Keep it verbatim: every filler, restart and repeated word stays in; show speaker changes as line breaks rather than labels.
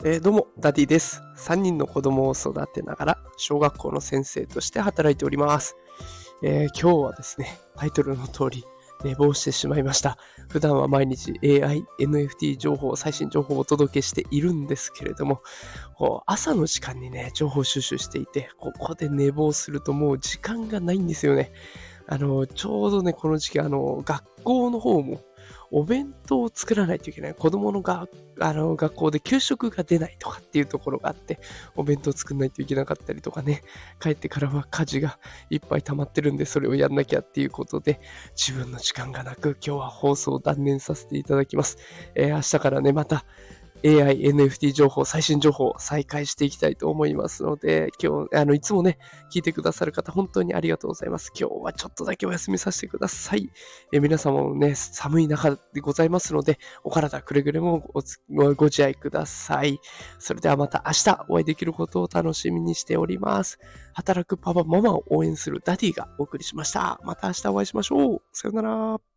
えーどうも、ダディです。さんにんの子供を育てながら、小学校の先生として働いております。えー今日はですね、タイトルの通り、寝坊してしまいました。普段は毎日 エーアイ、エヌエフティー 情報、最新情報をお届けしているんですけれども、こう朝の時間にね、情報収集していて、ここで寝坊するともう時間がないんですよね。あの、ちょうどね、この時期、あの、学校の方も、お弁当を作らないといけない。子供のが、あの、学校で給食が出ないとかっていうところがあって、お弁当作んないといけなかったりとかね、帰ってからは家事がいっぱい溜まってるんで、それをやんなきゃっていうことで、自分の時間がなく、今日は放送を断念させていただきます。えー明日からね、また、エーアイ、エヌエフティー 情報、最新情報を再開していきたいと思いますので、今日、あの、いつもね、聞いてくださる方、本当にありがとうございます。今日はちょっとだけお休みさせてください。え皆様もね、寒い中でございますので、お体くれぐれもおつごご自愛ください。それではまた明日お会いできることを楽しみにしております。働くパパ、ママを応援するダディがお送りしました。また明日お会いしましょう。さよなら。